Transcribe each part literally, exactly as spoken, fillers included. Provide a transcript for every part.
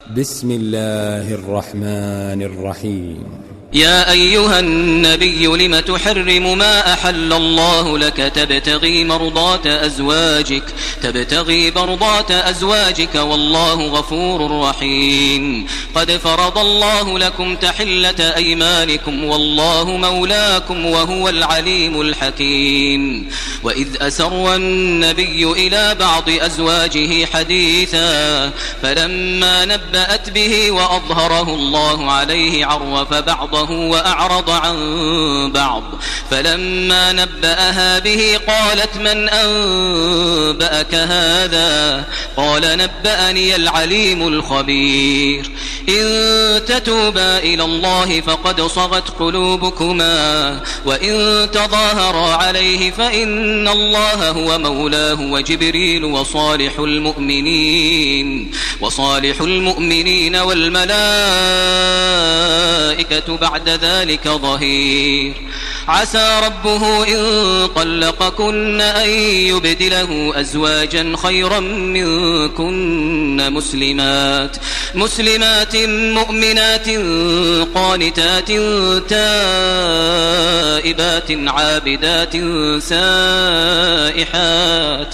بسم الله الرحمن الرحيم. يا أيها النبي لم تحرم ما أحل الله لك تبتغي مرضات أزواجك تبتغي مرضات أزواجك والله غفور رحيم. قد فرض الله لكم تحلة أيمانكم والله مولاكم وهو العليم الحكيم. وإذ أسر النبي إلى بعض أزواجه حديثا فلما نبأت به وأظهره الله عليه عرف بعضه وأعرض عن بعض فلما نبأها به قالت من أنبأك هذا قال نبأني العليم الخبير. إن تتوبا إلى الله فقد صغت قلوبكما وإن تظاهرا عليه فإن الله هو مولاه وجبريل وصالح المؤمنين وصالح المؤمنين والملائكة بعد ذلك ظهير. عسى ربه إن طلقكن أن يبدله أزواجا خيرا منكن مسلمات مسلمات مؤمنات قانتات تائبات عابدات سائحات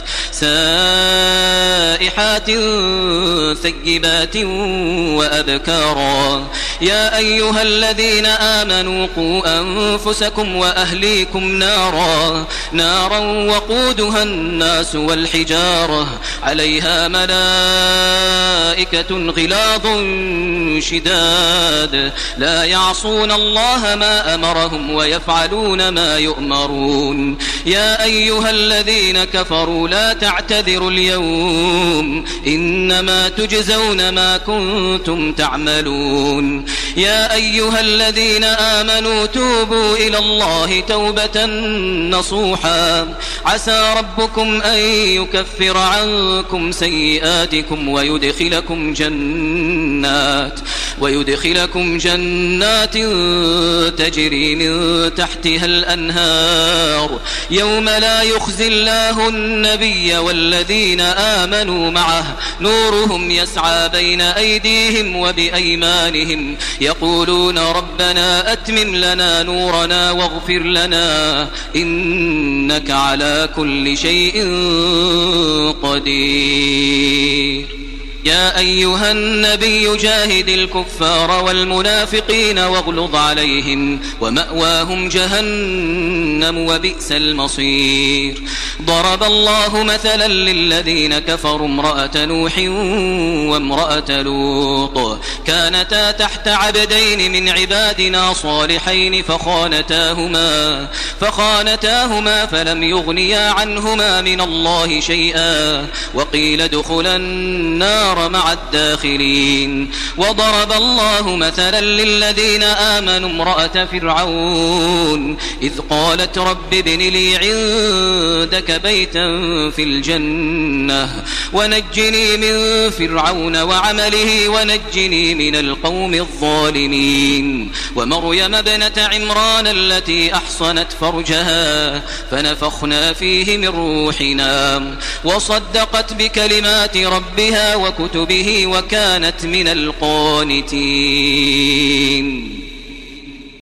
سائحات ثيبات وأبكارا. يا أيها الذين آمنوا قوا أنفسكم وأهليكم نارا نارا وقودها الناس والحجارة عليها ملائكة غلاظ شداد لا يعصون الله ما أمرهم ويفعلون ما يؤمرون. يا أيها الذين كفروا لا تعتذروا اليوم إنما تجزون ما كنتم تعملون. يا أيها الذين آمنوا توبوا إلى الله توبة نصوحا عسى ربكم أن يكفر عنكم سيئاتكم ويدخلكم جنات ويدخلكم جنات تجري من تحتها الأنهار يوم لا يخزي الله النبي والذين آمنوا معه نورهم يسعى بين أيديهم وبأيمانهم يقولون ربنا أتمم لنا نورنا واغفر لنا إنك على كل شيء قدير. يا أيها النبي جاهد الكفار والمنافقين واغلظ عليهم ومأواهم جهنم وبئس المصير. ضرب الله مثلا للذين كفروا امرأة نوح وامرأة لوط كانتا تحت عبدين من عبادنا صالحين فخانتاهما فخانتاهما فلم يغنيا عنهما من الله شيئا وقيل ادخلا النار مع الداخلين. وضرب الله مثلا للذين آمنوا امرأة فرعون إذ قالت رب ابن لي عندك بيتا في الجنة ونجني من فرعون وعمله ونجني من القوم الظالمين. ومريم ابنة عمران التي أحصنت فرجها فنفخنا فيه من روحنا وصدقت بكلمات ربها وكتبه وكانت من القانتين.